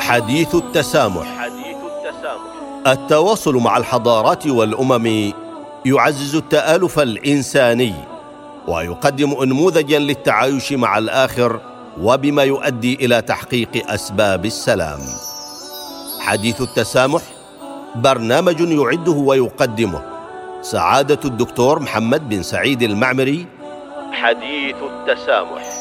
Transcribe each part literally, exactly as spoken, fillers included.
حديث التسامح. التواصل مع الحضارات والأمم يعزز التآلف الإنساني ويقدم أنموذجاً للتعايش مع الآخر وبما يؤدي إلى تحقيق أسباب السلام. حديث التسامح برنامج يعده ويقدمه سعادة الدكتور محمد بن سعيد المعمري. حديث التسامح.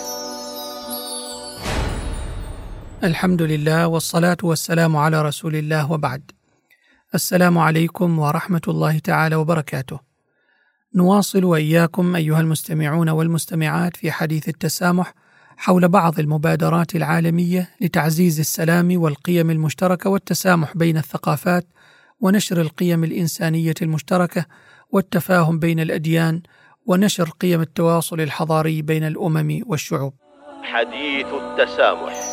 الحمد لله والصلاة والسلام على رسول الله، وبعد. السلام عليكم ورحمة الله تعالى وبركاته. نواصل وإياكم أيها المستمعون والمستمعات في حديث التسامح حول بعض المبادرات العالمية لتعزيز السلام والقيم المشتركة والتسامح بين الثقافات ونشر القيم الإنسانية المشتركة والتفاهم بين الأديان ونشر قيم التواصل الحضاري بين الأمم والشعوب. حديث التسامح.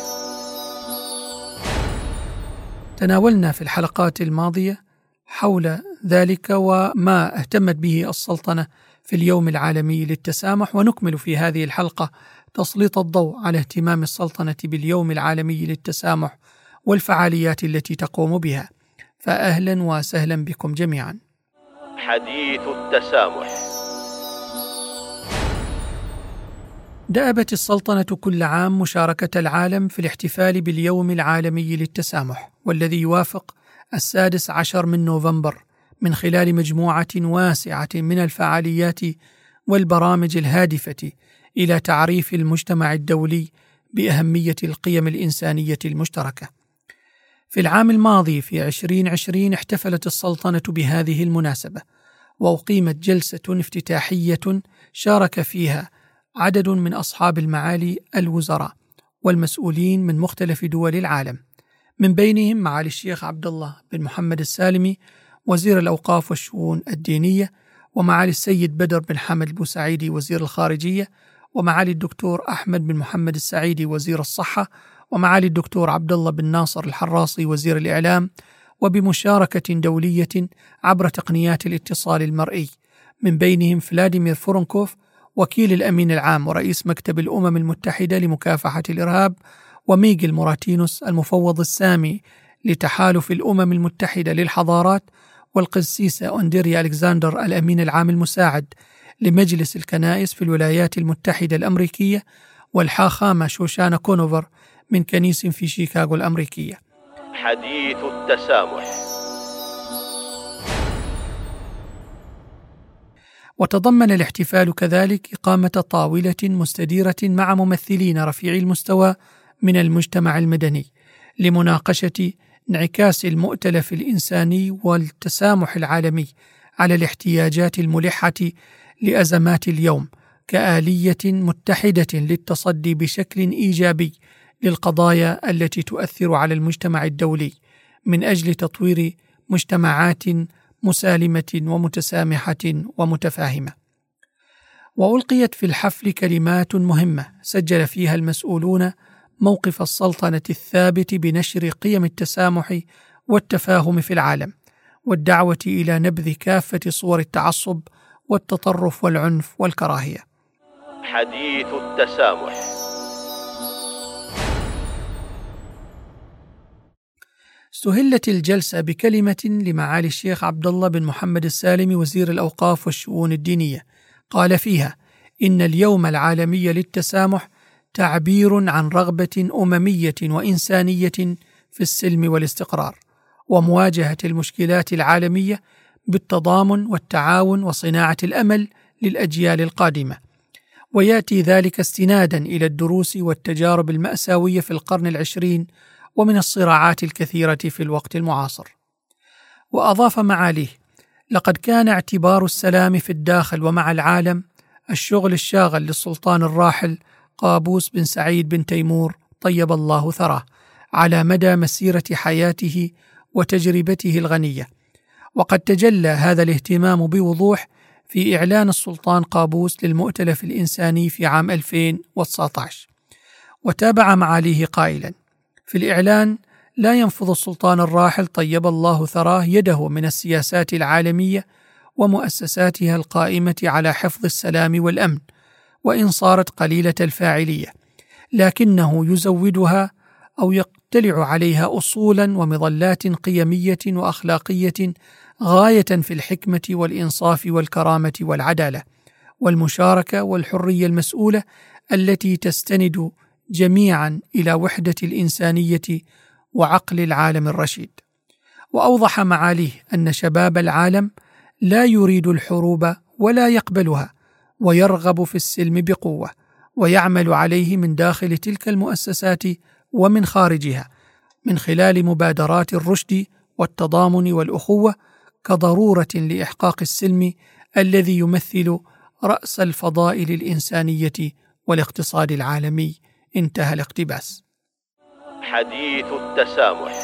تناولنا في الحلقات الماضية حول ذلك وما اهتمت به السلطنة في اليوم العالمي للتسامح، ونكمل في هذه الحلقة تسليط الضوء على اهتمام السلطنة باليوم العالمي للتسامح والفعاليات التي تقوم بها. فأهلا وسهلا بكم جميعا. حديث التسامح. دأبت السلطنة كل عام مشاركة العالم في الاحتفال باليوم العالمي للتسامح، والذي يوافق السادس عشر من نوفمبر، من خلال مجموعة واسعة من الفعاليات والبرامج الهادفة إلى تعريف المجتمع الدولي بأهمية القيم الإنسانية المشتركة. في العام الماضي في عشرين عشرين احتفلت السلطنة بهذه المناسبة، وأقيمت جلسة افتتاحية شارك فيها عدد من أصحاب المعالي الوزراء والمسؤولين من مختلف دول العالم، من بينهم معالي الشيخ عبد الله بن محمد السالمي وزير الأوقاف والشؤون الدينية، ومعالي السيد بدر بن حمد بوسعيدي وزير الخارجية، ومعالي الدكتور أحمد بن محمد السعيدي وزير الصحة، ومعالي الدكتور عبد الله بن ناصر الحراصي وزير الإعلام، وبمشاركة دولية عبر تقنيات الاتصال المرئي، من بينهم فلاديمير فورنكوف وكيل الأمين العام ورئيس مكتب الأمم المتحدة لمكافحة الإرهاب، وميغيل موراتينوس المفوض السامي لتحالف الأمم المتحدة للحضارات، والقسيسة أندريا ألكسندر الأمين العام المساعد لمجلس الكنائس في الولايات المتحدة الأمريكية، والحاخامة شوشانا كونوفر من كنيس في شيكاغو الأمريكية. حديث التسامح. وتضمن الاحتفال كذلك إقامة طاولة مستديرة مع ممثلين رفيعي المستوى من المجتمع المدني لمناقشة انعكاس المؤتلف الإنساني والتسامح العالمي على الاحتياجات الملحة لأزمات اليوم، كآلية متحدة للتصدي بشكل إيجابي للقضايا التي تؤثر على المجتمع الدولي، من أجل تطوير مجتمعات مسالمة ومتسامحة ومتفاهمة. وألقيت في الحفل كلمات مهمة سجل فيها المسؤولون موقف السلطنة الثابت بنشر قيم التسامح والتفاهم في العالم، والدعوة إلى نبذ كافة صور التعصب والتطرف والعنف والكراهية. حديث التسامح. استهلت الجلسة بكلمة لمعالي الشيخ عبد الله بن محمد السالمي وزير الأوقاف والشؤون الدينية، قال فيها إن اليوم العالمي للتسامح تعبير عن رغبة أممية وإنسانية في السلم والاستقرار ومواجهة المشكلات العالمية بالتضامن والتعاون وصناعة الأمل للأجيال القادمة، ويأتي ذلك استنادا إلى الدروس والتجارب المأساوية في القرن العشرين ومن الصراعات الكثيرة في الوقت المعاصر. وأضاف معاليه: لقد كان اعتبار السلام في الداخل ومع العالم الشغل الشاغل للسلطان الراحل قابوس بن سعيد بن تيمور طيب الله ثراه على مدى مسيرة حياته وتجربته الغنية، وقد تجلى هذا الاهتمام بوضوح في إعلان السلطان قابوس للمؤتلف الإنساني في عام ألفين وتسعة عشر. وتابع معاليه قائلا: في الإعلان لا ينفض السلطان الراحل طيب الله ثراه يده من السياسات العالمية ومؤسساتها القائمة على حفظ السلام والأمن، وإن صارت قليلة الفاعلية، لكنه يزودها أو يطلع عليها أصولا ومظلات قيمية وأخلاقية غاية في الحكمة والإنصاف والكرامة والعدالة والمشاركة والحرية المسؤولة، التي تستند جميعا إلى وحدة الإنسانية وعقل العالم الرشيد. وأوضح معاليه أن شباب العالم لا يريد الحروب ولا يقبلها، ويرغب في السلم بقوة، ويعمل عليه من داخل تلك المؤسسات ومن خارجها من خلال مبادرات الرشد والتضامن والأخوة كضرورة لإحقاق السلم الذي يمثل رأس الفضائل الإنسانية والاقتصاد العالمي. انتهى الاقتباس. حديث التسامح.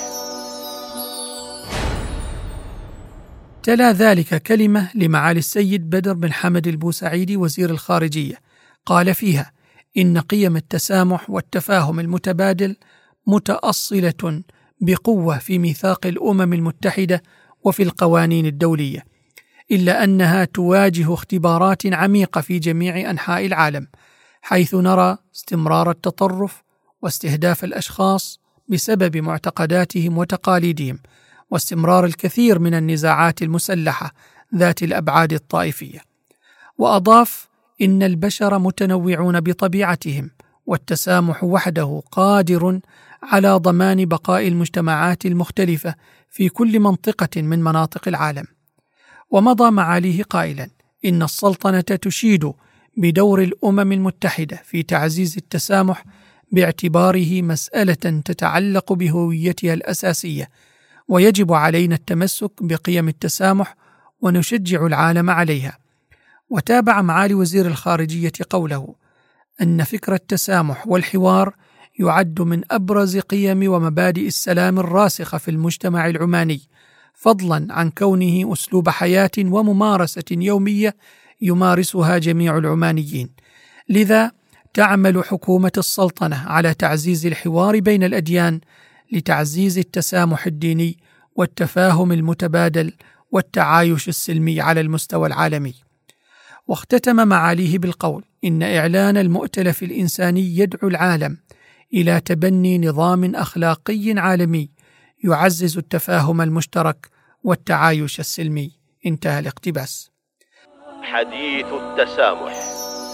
تلا ذلك كلمة لمعالي السيد بدر بن حمد البوسعيدي وزير الخارجية، قال فيها إن قيم التسامح والتفاهم المتبادل متأصلة بقوة في ميثاق الأمم المتحدة وفي القوانين الدولية، إلا أنها تواجه اختبارات عميقة في جميع أنحاء العالم، حيث نرى استمرار التطرف واستهداف الأشخاص بسبب معتقداتهم وتقاليدهم، واستمرار الكثير من النزاعات المسلحة ذات الأبعاد الطائفية. وأضاف إن البشر متنوعون بطبيعتهم، والتسامح وحده قادر على ضمان بقاء المجتمعات المختلفة في كل منطقة من مناطق العالم. ومضى معاليه قائلا إن السلطنة تشيد بدور الأمم المتحدة في تعزيز التسامح باعتباره مسألة تتعلق بهويتها الأساسية، ويجب علينا التمسك بقيم التسامح ونشجع العالم عليها. وتابع معالي وزير الخارجية قوله أن فكرة التسامح والحوار يعد من أبرز قيم ومبادئ السلام الراسخة في المجتمع العماني، فضلا عن كونه أسلوب حياة وممارسة يومية يمارسها جميع العمانيين. لذا تعمل حكومة السلطنة على تعزيز الحوار بين الأديان لتعزيز التسامح الديني والتفاهم المتبادل والتعايش السلمي على المستوى العالمي. واختتم معاليه بالقول إن إعلان المؤتلف الإنساني يدعو العالم إلى تبني نظام أخلاقي عالمي يعزز التفاهم المشترك والتعايش السلمي. انتهى الاقتباس. حديث التسامح.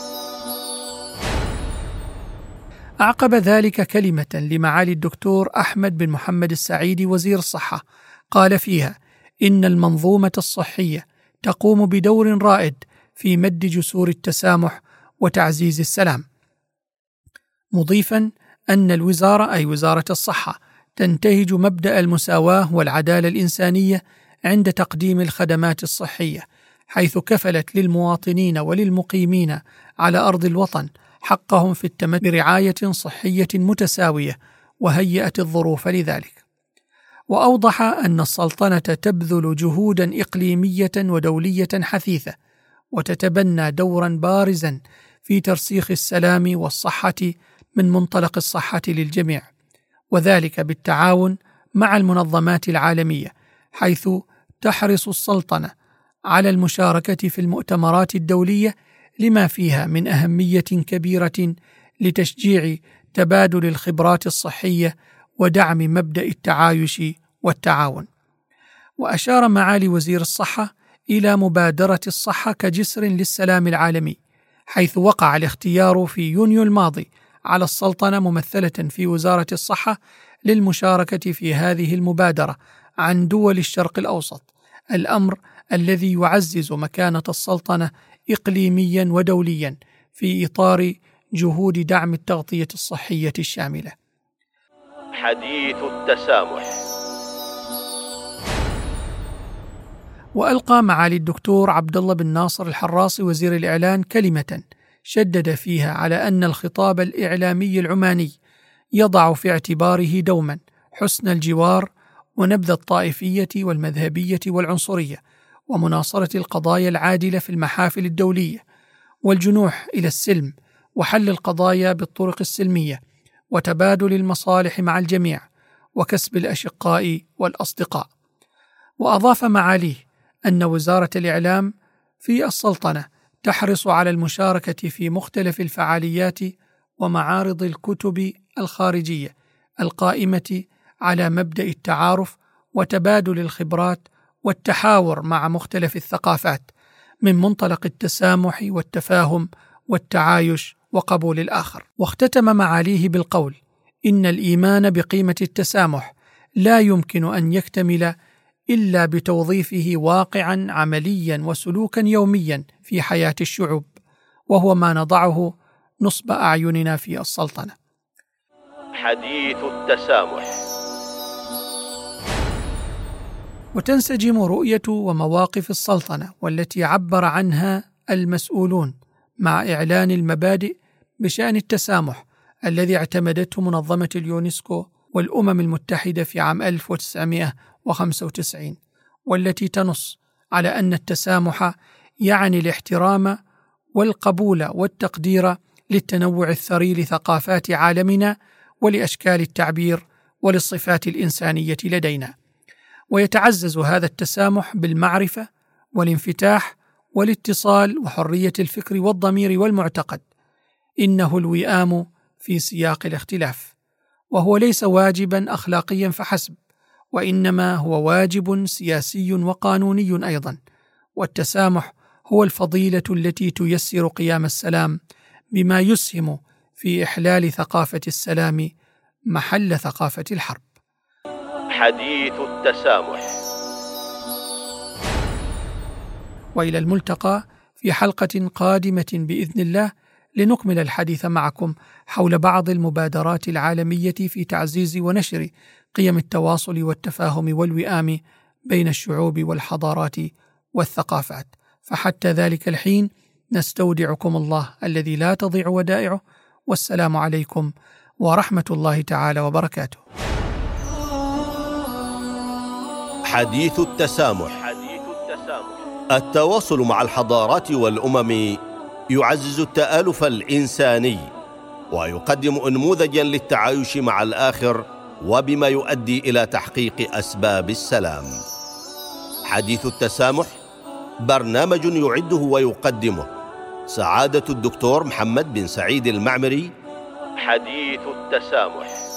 أعقب ذلك كلمة لمعالي الدكتور أحمد بن محمد السعيدي وزير الصحة، قال فيها إن المنظومة الصحية تقوم بدور رائد في مد جسور التسامح وتعزيز السلام، مضيفا أن الوزارة أي وزارة الصحة تنتهج مبدأ المساواة والعدالة الإنسانية عند تقديم الخدمات الصحية، حيث كفلت للمواطنين وللمقيمين على أرض الوطن حقهم في التمتع برعاية صحية متساوية وهيئت الظروف لذلك. وأوضح أن السلطنة تبذل جهودا إقليمية ودولية حثيثة، وتتبنى دورا بارزا في ترسيخ السلام والصحة من منطلق الصحة للجميع، وذلك بالتعاون مع المنظمات العالمية، حيث تحرص السلطنة على المشاركة في المؤتمرات الدولية لما فيها من أهمية كبيرة لتشجيع تبادل الخبرات الصحية ودعم مبدأ التعايش والتعاون. وأشار معالي وزير الصحة إلى مبادرة الصحة كجسر للسلام العالمي، حيث وقع الاختيار في يونيو الماضي على السلطنة ممثلة في وزارة الصحة للمشاركة في هذه المبادرة عن دول الشرق الأوسط، الأمر الذي يعزز مكانة السلطنة إقليميا ودوليا في إطار جهود دعم التغطية الصحية الشاملة. حديث التسامح. وألقى معالي الدكتور عبد الله بن ناصر الحراصي وزير الإعلان كلمة شدد فيها على أن الخطاب الإعلامي العماني يضع في اعتباره دوما حسن الجوار ونبذ الطائفية والمذهبية والعنصرية، ومناصرة القضايا العادلة في المحافل الدولية، والجنوح إلى السلم وحل القضايا بالطرق السلمية، وتبادل المصالح مع الجميع، وكسب الأشقاء والأصدقاء. وأضاف معاليه أن وزارة الإعلام في السلطنة تحرص على المشاركة في مختلف الفعاليات ومعارض الكتب الخارجية القائمة على مبدأ التعارف وتبادل الخبرات والتحاور مع مختلف الثقافات من منطلق التسامح والتفاهم والتعايش وقبول الآخر. واختتم معاليه بالقول: إن الإيمان بقيمة التسامح لا يمكن أن يكتمل إلا بتوظيفه واقعا عمليا وسلوكا يوميا في حياة الشعوب، وهو ما نضعه نصب أعيننا في السلطنة. حديث التسامح. وتنسجم رؤية ومواقف السلطنة والتي عبر عنها المسؤولون مع إعلان المبادئ بشأن التسامح الذي اعتمدته منظمة اليونسكو والأمم المتحدة في عام ألف وتسعمائة وخمسة وتسعين، والتي تنص على أن التسامح يعني الاحترام والقبول والتقدير للتنوع الثري لثقافات عالمنا ولأشكال التعبير وللصفات الإنسانية لدينا. ويتعزز هذا التسامح بالمعرفة والانفتاح والاتصال وحرية الفكر والضمير والمعتقد. إنه الوئام في سياق الاختلاف، وهو ليس واجبا أخلاقيا فحسب، وإنما هو واجب سياسي وقانوني أيضا. والتسامح هو الفضيلة التي تيسر قيام السلام بما يسهم في إحلال ثقافة السلام محل ثقافة الحرب. حديث التسامح. وإلى الملتقى في حلقة قادمة بإذن الله لنكمل الحديث معكم حول بعض المبادرات العالمية في تعزيز ونشر قيم التواصل والتفاهم والوئام بين الشعوب والحضارات والثقافات. فحتى ذلك الحين نستودعكم الله الذي لا تضيع ودائعه، والسلام عليكم ورحمة الله تعالى وبركاته. حديث التسامح. التواصل مع الحضارات والأمم يعزز التآلف الإنساني ويقدم أنموذجا للتعايش مع الآخر، وبما يؤدي إلى تحقيق أسباب السلام. حديث التسامح برنامج يعده ويقدمه سعادة الدكتور محمد بن سعيد المعمري. حديث التسامح.